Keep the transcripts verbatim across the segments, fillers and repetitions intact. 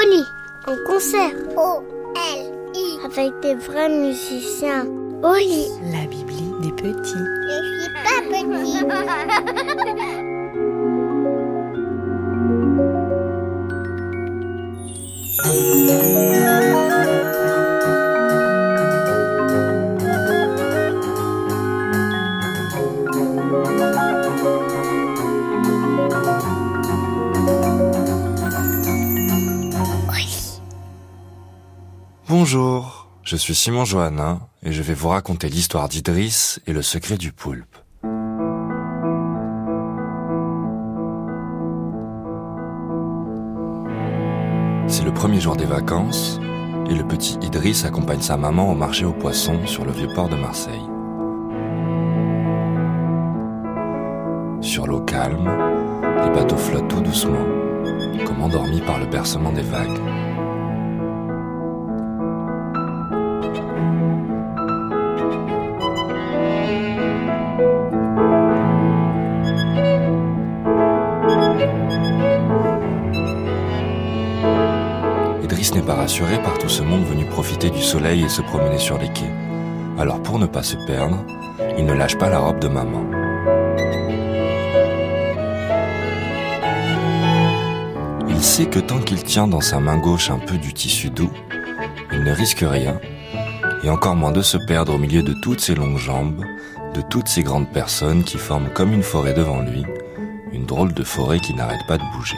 Oli, en concert. O L I. Avec des vrais musiciens. Oli. La Bibli des petits. Je suis pas petit. Bonjour, je suis Simon Johannin et je vais vous raconter l'histoire d'Idriss et le secret du poulpe. C'est le premier jour des vacances et le petit Idriss accompagne sa maman au marché aux poissons sur le vieux port de Marseille. Sur l'eau calme, les bateaux flottent tout doucement, comme endormis par le bercement des vagues. Idriss n'est pas rassuré par tout ce monde venu profiter du soleil et se promener sur les quais. Alors pour ne pas se perdre, il ne lâche pas la robe de maman. Il sait que tant qu'il tient dans sa main gauche un peu du tissu doux, il ne risque rien, et encore moins de se perdre au milieu de toutes ces longues jambes, de toutes ces grandes personnes qui forment comme une forêt devant lui, une drôle de forêt qui n'arrête pas de bouger.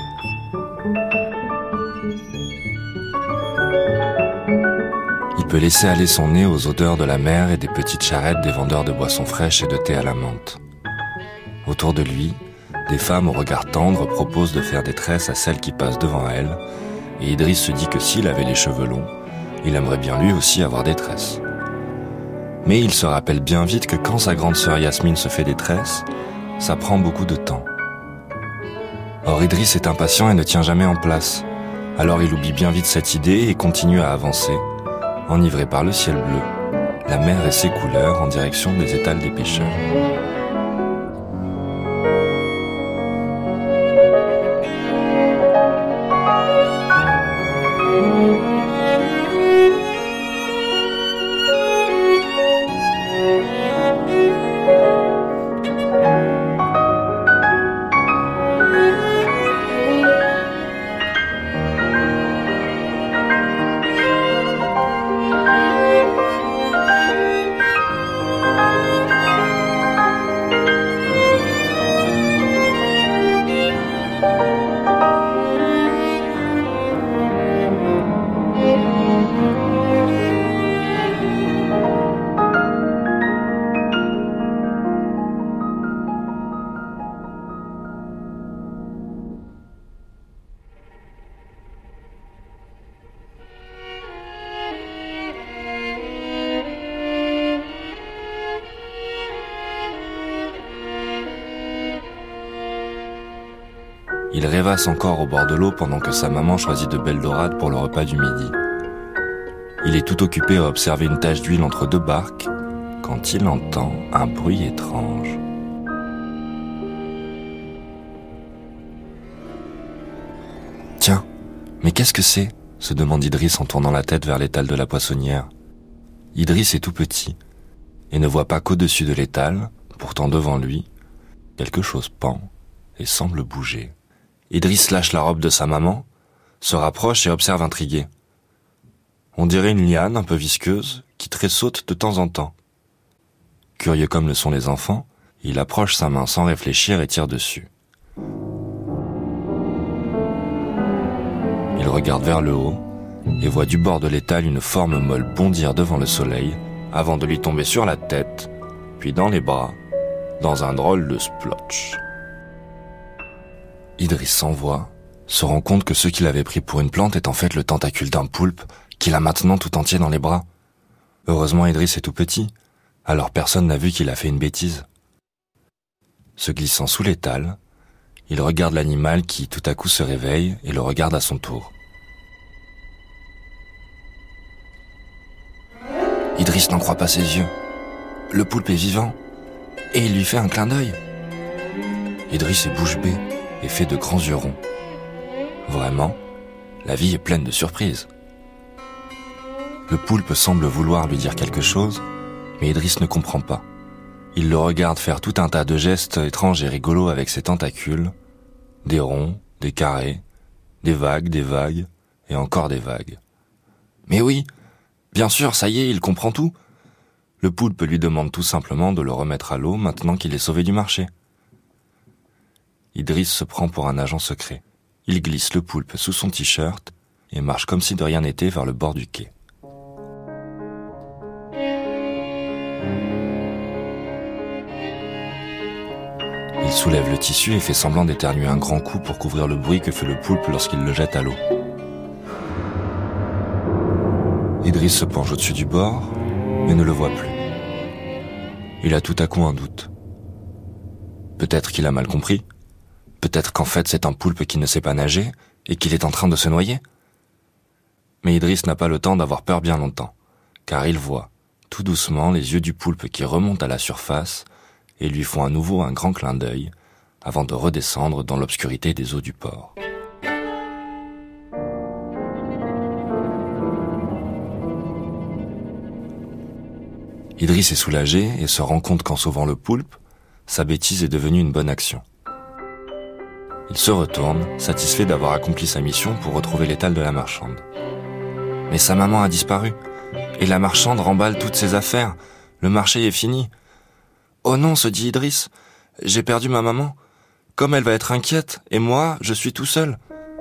Il peut laisser aller son nez aux odeurs de la mer et des petites charrettes des vendeurs de boissons fraîches et de thé à la menthe. Autour de lui, des femmes au regard tendre proposent de faire des tresses à celles qui passent devant elles, et Idriss se dit que s'il avait les cheveux longs, il aimerait bien lui aussi avoir des tresses. Mais il se rappelle bien vite que quand sa grande sœur Yasmine se fait des tresses, ça prend beaucoup de temps. Or Idriss est impatient et ne tient jamais en place, alors il oublie bien vite cette idée et continue à avancer, enivré par le ciel bleu, la mer et ses couleurs en direction des étals des pêcheurs. Il rêvasse encore au bord de l'eau pendant que sa maman choisit de belles dorades pour le repas du midi. Il est tout occupé à observer une tache d'huile entre deux barques quand il entend un bruit étrange. Tiens, mais qu'est-ce que c'est ? Se demande Idriss en tournant la tête vers l'étal de la poissonnière. Idriss est tout petit et ne voit pas qu'au-dessus de l'étal, pourtant devant lui, quelque chose pend et semble bouger. Idriss lâche la robe de sa maman, se rapproche et observe intrigué. On dirait une liane un peu visqueuse qui tressaute de temps en temps. Curieux comme le sont les enfants, il approche sa main sans réfléchir et tire dessus. Il regarde vers le haut et voit du bord de l'étal une forme molle bondir devant le soleil avant de lui tomber sur la tête, puis dans les bras, dans un drôle de splotch. Idriss s'envoie, se rend compte que ce qu'il avait pris pour une plante est en fait le tentacule d'un poulpe qu'il a maintenant tout entier dans les bras. Heureusement Idriss est tout petit, alors personne n'a vu qu'il a fait une bêtise. Se glissant sous l'étal, il regarde l'animal qui tout à coup se réveille et le regarde à son tour. Idriss n'en croit pas ses yeux. Le poulpe est vivant et il lui fait un clin d'œil. Idriss est bouche bée et fait de grands yeux ronds. Vraiment, La vie est pleine de surprises. Le poulpe semble vouloir lui dire quelque chose, mais Idriss ne comprend pas. Il le regarde faire tout un tas de gestes étranges et rigolos avec ses tentacules, des ronds, des carrés, des vagues, des vagues, et encore des vagues. Mais oui, bien sûr, ça y est, il comprend tout. Le poulpe lui demande tout simplement de le remettre à l'eau maintenant qu'il est sauvé du marché. Idriss se prend pour un agent secret. Il glisse le poulpe sous son t-shirt et marche comme si de rien n'était vers le bord du quai. Il soulève le tissu et fait semblant d'éternuer un grand coup pour couvrir le bruit que fait le poulpe lorsqu'il le jette à l'eau. Idriss se penche au-dessus du bord, mais ne le voit plus. Il a tout à coup un doute. Peut-être qu'il a mal compris. Peut-être qu'en fait c'est un poulpe qui ne sait pas nager et qu'il est en train de se noyer. Mais Idriss n'a pas le temps d'avoir peur bien longtemps, car il voit, tout doucement, les yeux du poulpe qui remontent à la surface et lui font à nouveau un grand clin d'œil avant de redescendre dans l'obscurité des eaux du port. Idriss est soulagé et se rend compte qu'en sauvant le poulpe, sa bêtise est devenue une bonne action. Il se retourne, satisfait d'avoir accompli sa mission pour retrouver l'étal de la marchande. Mais sa maman a disparu, et la marchande remballe toutes ses affaires. Le marché est fini. Oh non, se dit Idriss, j'ai perdu ma maman. Comme elle va être inquiète, et moi, je suis tout seul.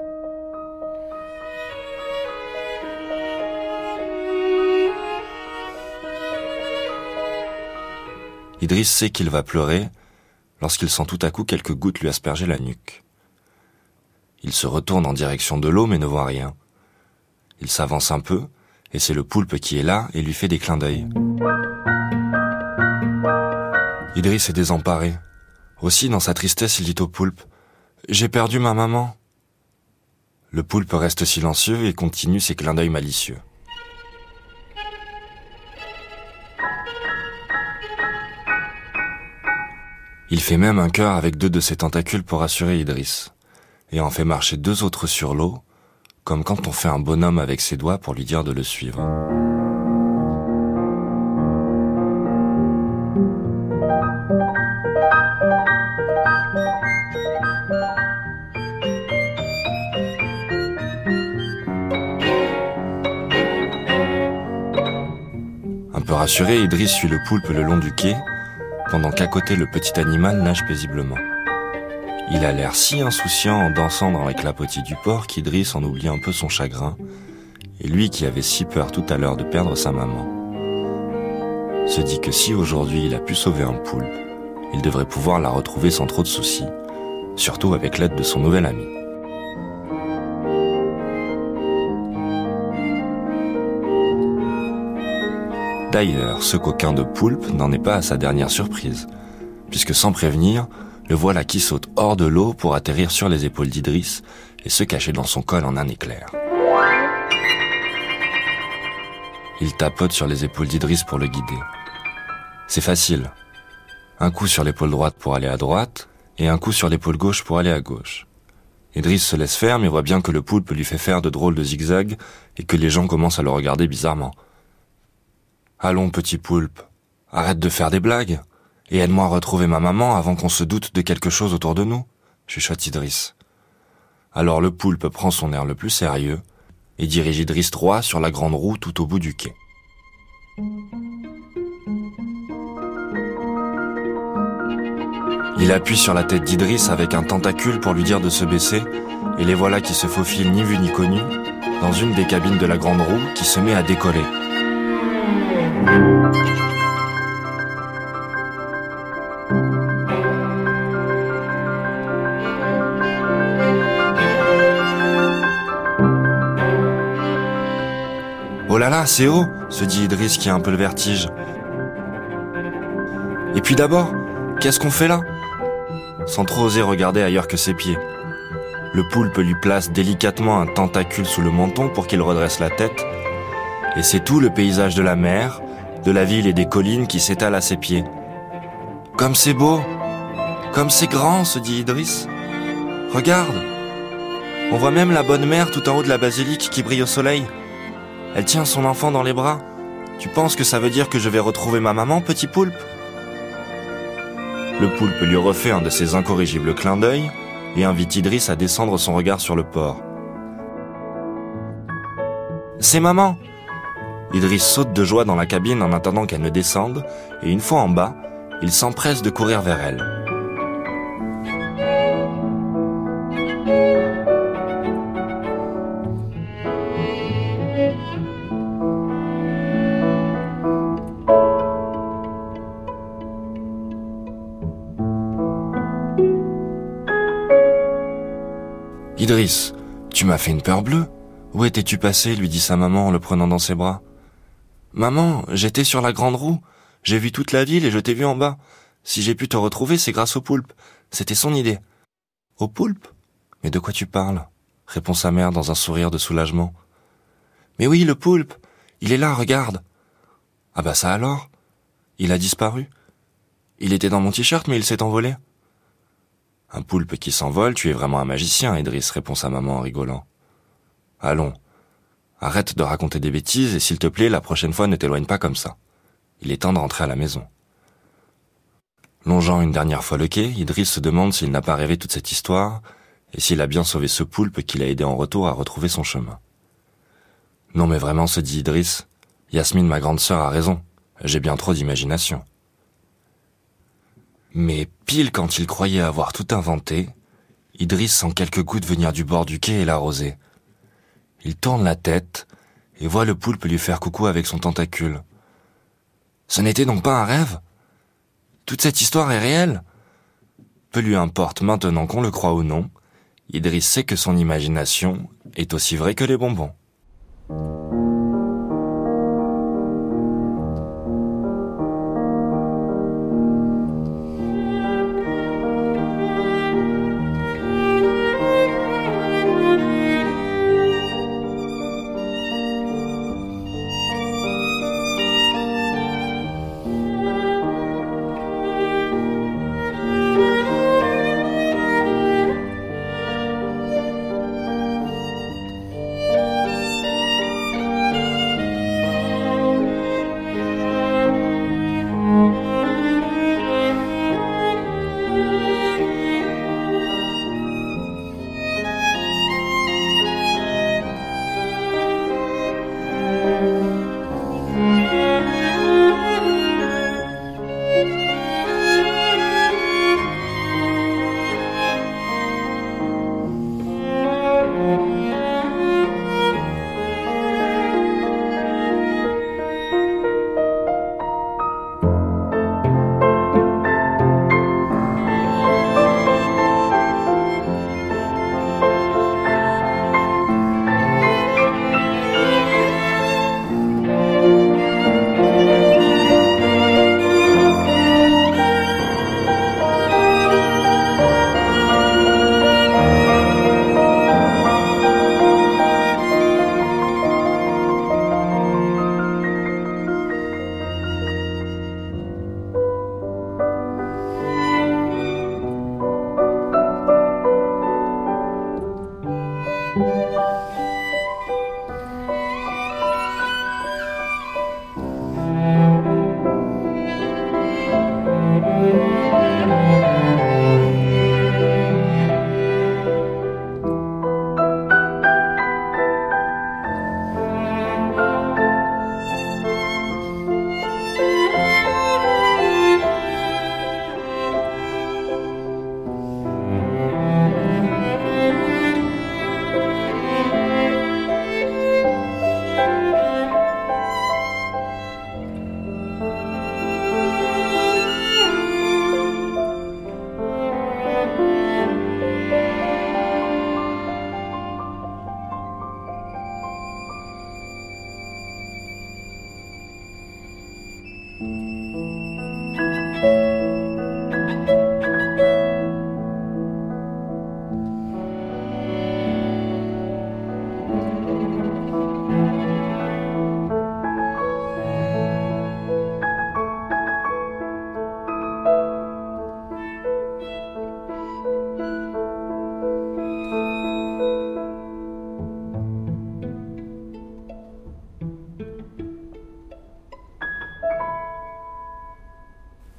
Idriss sait qu'il va pleurer lorsqu'il sent tout à coup quelques gouttes lui asperger la nuque. Il se retourne en direction de l'eau mais ne voit rien. Il s'avance un peu et c'est le poulpe qui est là et lui fait des clins d'œil. Idriss est désemparé. Aussi, dans sa tristesse, il dit au poulpe « J'ai perdu ma maman ». Le poulpe reste silencieux et continue ses clins d'œil malicieux. Il fait même un cœur avec deux de ses tentacules pour rassurer Idriss, et en fait marcher deux autres sur l'eau, comme quand on fait un bonhomme avec ses doigts pour lui dire de le suivre. Un peu rassuré, Idriss suit le poulpe le long du quai, pendant qu'à côté le petit animal nage paisiblement. Il a l'air si insouciant en dansant dans les clapotis du port qu'Idriss en oublie un peu son chagrin, et lui qui avait si peur tout à l'heure de perdre sa maman, se dit que si aujourd'hui il a pu sauver un poulpe, il devrait pouvoir la retrouver sans trop de soucis, surtout avec l'aide de son nouvel ami. D'ailleurs, ce coquin de poulpe n'en est pas à sa dernière surprise, puisque sans prévenir, le voilà qui saute hors de l'eau pour atterrir sur les épaules d'Idriss et se cacher dans son col en un éclair. Il tapote sur les épaules d'Idriss pour le guider. C'est facile. Un coup sur l'épaule droite pour aller à droite, et un coup sur l'épaule gauche pour aller à gauche. Idriss se laisse faire, mais voit bien que le poulpe lui fait faire de drôles de zigzags et que les gens commencent à le regarder bizarrement. Allons, petit poulpe, arrête de faire des blagues, et aide-moi à retrouver ma maman avant qu'on se doute de quelque chose autour de nous, chuchote Idriss. Alors le poulpe prend son air le plus sérieux et dirige Idriss droit sur la grande roue tout au bout du quai. Il appuie sur la tête d'Idriss avec un tentacule pour lui dire de se baisser, et les voilà qui se faufilent ni vu ni connu dans une des cabines de la grande roue qui se met à décoller. Oh là là, c'est haut, se dit Idriss qui a un peu le vertige. Et puis d'abord, qu'est-ce qu'on fait là? Sans trop oser regarder ailleurs que ses pieds. Le poulpe lui place délicatement un tentacule sous le menton pour qu'il redresse la tête, et c'est tout le paysage de la mer, de la ville et des collines qui s'étalent à ses pieds. Comme c'est beau, comme c'est grand, se dit Idriss. Regarde. On voit même la bonne mère tout en haut de la basilique qui brille au soleil. Elle tient son enfant dans les bras. Tu penses que ça veut dire que je vais retrouver ma maman, petit poulpe ? Le poulpe lui refait un de ses incorrigibles clins d'œil et invite Idriss à descendre son regard sur le port. C'est maman ! Idriss saute de joie dans la cabine en attendant qu'elle ne descende, et une fois en bas, il s'empresse de courir vers elle. Idriss, tu m'as fait une peur bleue. Où étais-tu passé ? Lui dit sa maman en le prenant dans ses bras. Maman, j'étais sur la grande roue. J'ai vu toute la ville et je t'ai vu en bas. Si j'ai pu te retrouver, c'est grâce au poulpe. C'était son idée. Au poulpe ? Mais de quoi tu parles ? Répond sa mère dans un sourire de soulagement. Mais oui, le poulpe. Il est là, regarde. Ah bah ça alors ? Il a disparu. Il était dans mon t-shirt, mais il s'est envolé. Un poulpe qui s'envole, tu es vraiment un magicien, Idriss, répond sa maman en rigolant. Allons, arrête de raconter des bêtises et s'il te plaît, la prochaine fois ne t'éloigne pas comme ça. Il est temps de rentrer à la maison. Longeant une dernière fois le quai, Idriss se demande s'il n'a pas rêvé toute cette histoire et s'il a bien sauvé ce poulpe qui l'a aidé en retour à retrouver son chemin. Non mais vraiment, se dit Idriss, Yasmine, ma grande sœur, a raison, j'ai bien trop d'imagination. Mais pile quand il croyait avoir tout inventé, Idriss sent quelques gouttes venir du bord du quai et l'arroser. Il tourne la tête et voit le poulpe lui faire coucou avec son tentacule. Ce n'était donc pas un rêve ? Toute cette histoire est réelle ? Peu lui importe maintenant qu'on le croit ou non, Idriss sait que son imagination est aussi vraie que les bonbons.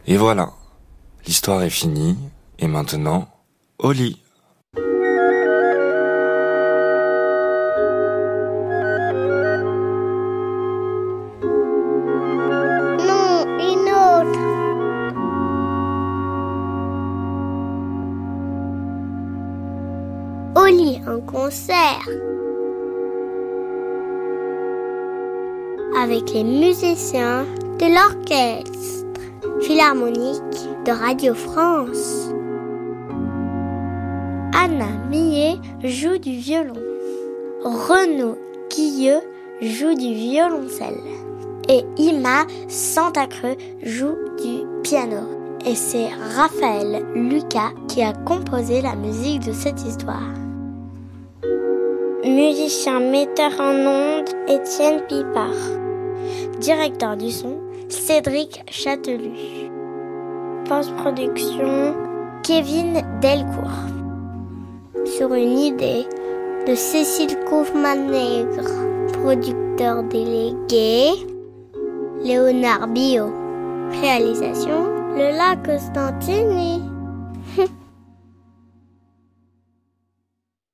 Et voilà, l'histoire est finie, et maintenant, au lit. Non, une autre. Au lit, un concert. Avec les musiciens de l'orchestre philharmonique de Radio France. Anna Millet joue du violon. Renaud Guilleux joue du violoncelle. Et Ima Santacreux joue du piano. Et c'est Raphaël Lucas qui a composé la musique de cette histoire. Musicien metteur en ondes, Étienne Pipard. Directeur du son, Cédric Châtelu. Post-production, Kevin Delcourt. Sur une idée de Cécile Kaufmann-Nègre. Producteur délégué, Léonard Billot. Réalisation, Lola Costantini.